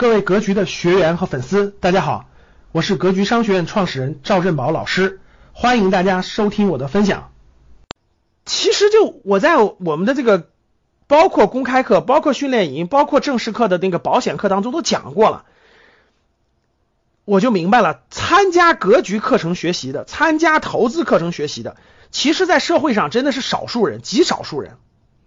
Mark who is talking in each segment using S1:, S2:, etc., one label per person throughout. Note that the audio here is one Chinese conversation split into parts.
S1: 各位格局的学员和粉丝，大家好，我是格局商学院创始人赵振宝老师，欢迎大家收听我的分享。其实就我在我们的这个包括公开课、包括训练营、包括正式课的那个保险课当中都讲过了，我就明白了，参加格局课程学习的，参加投资课程学习的，其实在社会上真的是少数人，极少数人，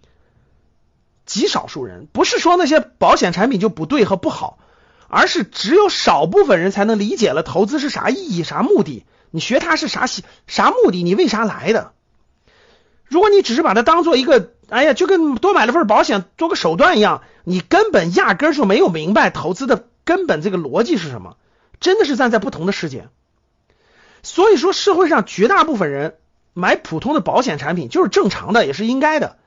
S1: 不是说那些保险产品就不对和不好，而是只有少部分人才能理解了投资是啥意义、啥目的，你学它是啥目的，你为啥来的。如果你只是把它当做一个就跟多买了份保险做个手段一样，你根本压根就没有明白投资的根本这个逻辑是什么，真的是站在不同的世界。所以说社会上绝大部分人买普通的保险产品就是正常的，也是应该的。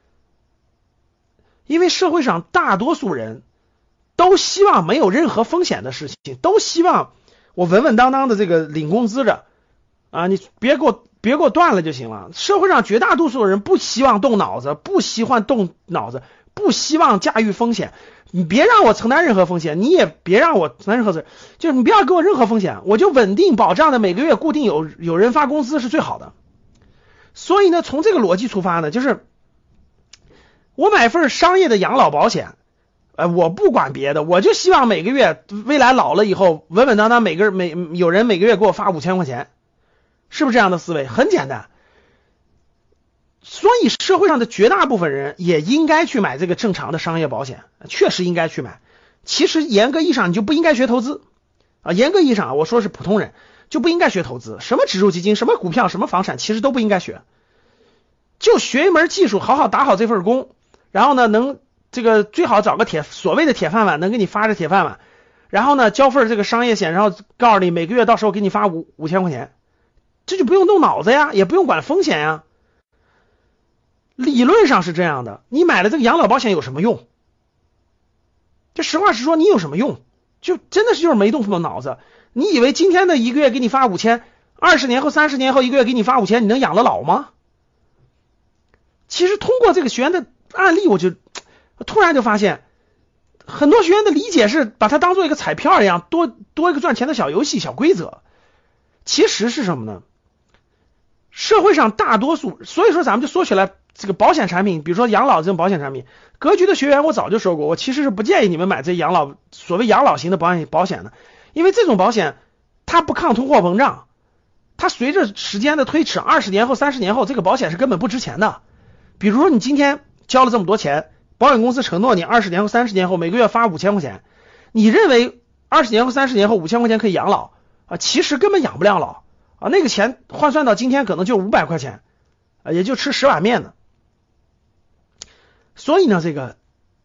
S1: 因为社会上大多数人都希望没有任何风险的事情，都希望我稳稳当当的这个领工资着你别给我断了就行了。社会上绝大多数人不希望动脑子，不希望驾驭风险。你别让我承担任何风险，你也别让我承担任何责任，就是你不要给我任何风险，我就稳定保障的每个月固定有人发工资是最好的。所以呢，从这个逻辑出发呢，就是我买份商业的养老保险，我不管别的，我就希望每个月未来老了以后稳稳当当有人每个月给我发5000块钱，是不是这样的思维？很简单。所以社会上的绝大部分人也应该去买这个正常的商业保险，确实应该去买。其实严格意义上你就不应该学投资严格意义上我说是普通人就不应该学投资，什么指数基金、什么股票、什么房产其实都不应该学，就学一门技术，好好打好这份工，然后呢能这个最好找个所谓的铁饭碗，能给你发着铁饭碗，然后呢交份这个商业险，然后告诉你每个月到时候给你发5000块钱，这就不用动脑子呀，也不用管风险呀。理论上是这样的，你买了这个养老保险有什么用？这实话实说，你有什么用？就真的是就是没动脑子。你以为今天的一个月给你发5000，20年后、30年后一个月给你发5000，你能养得老吗？其实通过这个学员的案例，我突然就发现，很多学员的理解是把它当做一个彩票一样，多一个赚钱的小游戏、小规则。其实是什么呢？社会上大多数，所以说咱们就说起来这个保险产品，比如说养老这种保险产品，格局的学员我早就说过，我其实是不建议你们买这所谓养老型的保险的，因为这种保险它不抗通货膨胀，它随着时间的推迟，20年后、30年后，这个保险是根本不值钱的。比如说你今天交了这么多钱，保险公司承诺你20年后、30年后每个月发5000块钱，你认为20年后、30年后5000块钱可以养老其实根本养不了老那个钱换算到今天可能就500块钱也就吃10碗面呢。所以呢，这个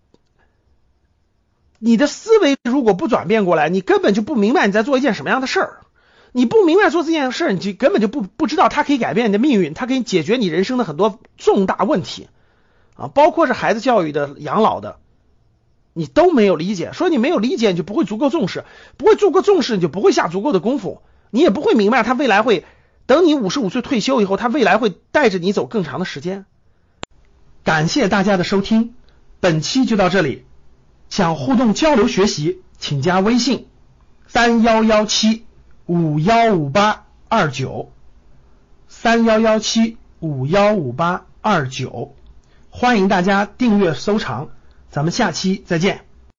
S1: 你的思维如果不转变过来，你根本就不明白你在做一件什么样的事儿。你不明白做这件事儿，你就根本就不知道它可以改变你的命运，它可以解决你人生的很多重大问题包括是孩子教育的、养老的，你都没有理解。所以你没有理解，你就不会足够重视，不会足够重视，你就不会下足够的功夫，你也不会明白他未来会等你55岁退休以后，他未来会带着你走更长的时间。感谢大家的收听，本期就到这里。想互动交流学习，请加微信3117-515829，3117-515829，欢迎大家订阅收藏，咱们下期再见。